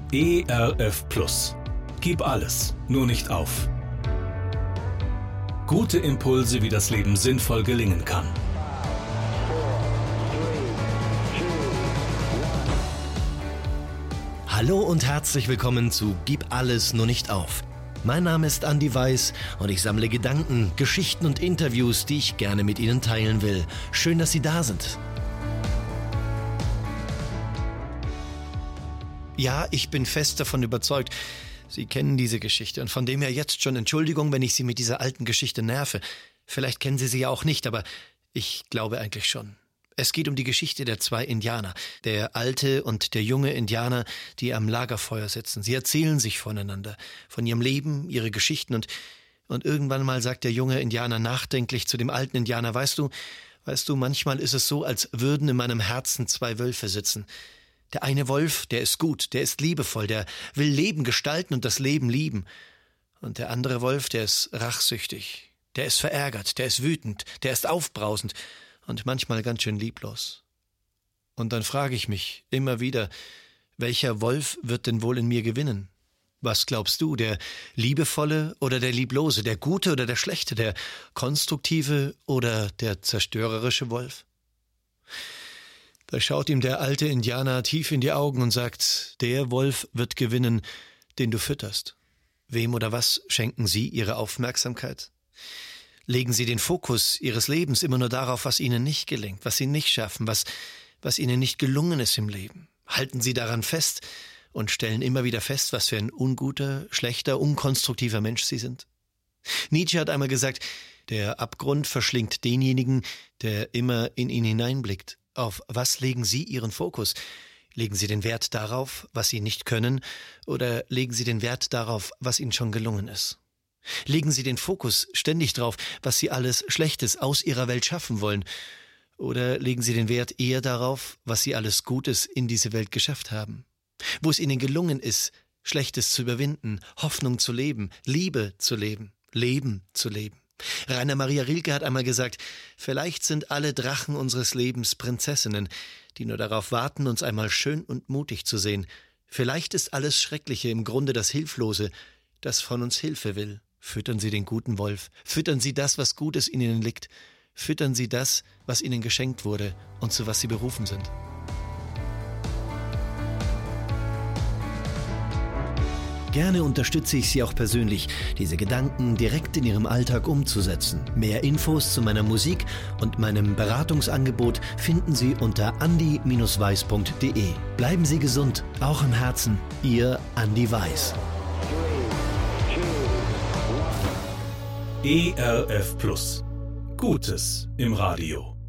ERF Plus. Gib alles, nur nicht auf. Gute Impulse, wie das Leben sinnvoll gelingen kann. Hallo und herzlich willkommen zu Gib alles, nur nicht auf. Mein Name ist Andi Weiß und ich sammle Gedanken, Geschichten und Interviews, die ich gerne mit Ihnen teilen will. Schön, dass Sie da sind. Ja, ich bin fest davon überzeugt, Sie kennen diese Geschichte und von dem her jetzt schon Entschuldigung, wenn ich Sie mit dieser alten Geschichte nerve. Vielleicht kennen Sie sie ja auch nicht, aber ich glaube eigentlich schon. Es geht um die Geschichte der zwei Indianer, der alte und der junge Indianer, die am Lagerfeuer sitzen. Sie erzählen sich voneinander, von ihrem Leben, ihre Geschichten und irgendwann mal sagt der junge Indianer nachdenklich zu dem alten Indianer, weißt du, manchmal ist es so, als würden in meinem Herzen zwei Wölfe sitzen. Der eine Wolf, der ist gut, der ist liebevoll, der will Leben gestalten und das Leben lieben. Und der andere Wolf, der ist rachsüchtig, der ist verärgert, der ist wütend, der ist aufbrausend und manchmal ganz schön lieblos. Und dann frage ich mich immer wieder, welcher Wolf wird denn wohl in mir gewinnen? Was glaubst du, der liebevolle oder der lieblose, der gute oder der schlechte, der konstruktive oder der zerstörerische Wolf? Da schaut ihm der alte Indianer tief in die Augen und sagt, der Wolf wird gewinnen, den du fütterst. Wem oder was schenken Sie Ihre Aufmerksamkeit? Legen Sie den Fokus Ihres Lebens immer nur darauf, was Ihnen nicht gelingt, was Sie nicht schaffen, was Ihnen nicht gelungen ist im Leben. Halten Sie daran fest und stellen immer wieder fest, was für ein unguter, schlechter, unkonstruktiver Mensch Sie sind. Nietzsche hat einmal gesagt, der Abgrund verschlingt denjenigen, der immer in ihn hineinblickt. Auf was legen Sie Ihren Fokus? Legen Sie den Wert darauf, was Sie nicht können, oder legen Sie den Wert darauf, was Ihnen schon gelungen ist? Legen Sie den Fokus ständig darauf, was Sie alles Schlechtes aus Ihrer Welt schaffen wollen, oder legen Sie den Wert eher darauf, was Sie alles Gutes in diese Welt geschafft haben? Wo es Ihnen gelungen ist, Schlechtes zu überwinden, Hoffnung zu leben, Liebe zu leben, Leben zu leben. Rainer Maria Rilke hat einmal gesagt, vielleicht sind alle Drachen unseres Lebens Prinzessinnen, die nur darauf warten, uns einmal schön und mutig zu sehen. Vielleicht ist alles Schreckliche im Grunde das Hilflose, das von uns Hilfe will. Füttern Sie den guten Wolf, füttern Sie das, was Gutes in Ihnen liegt, füttern Sie das, was Ihnen geschenkt wurde und zu was Sie berufen sind. Gerne unterstütze ich Sie auch persönlich, diese Gedanken direkt in Ihrem Alltag umzusetzen. Mehr Infos zu meiner Musik und meinem Beratungsangebot finden Sie unter andi-weiß.de. Bleiben Sie gesund, auch im Herzen. Ihr Andi Weiß. ERF Plus. Gutes im Radio.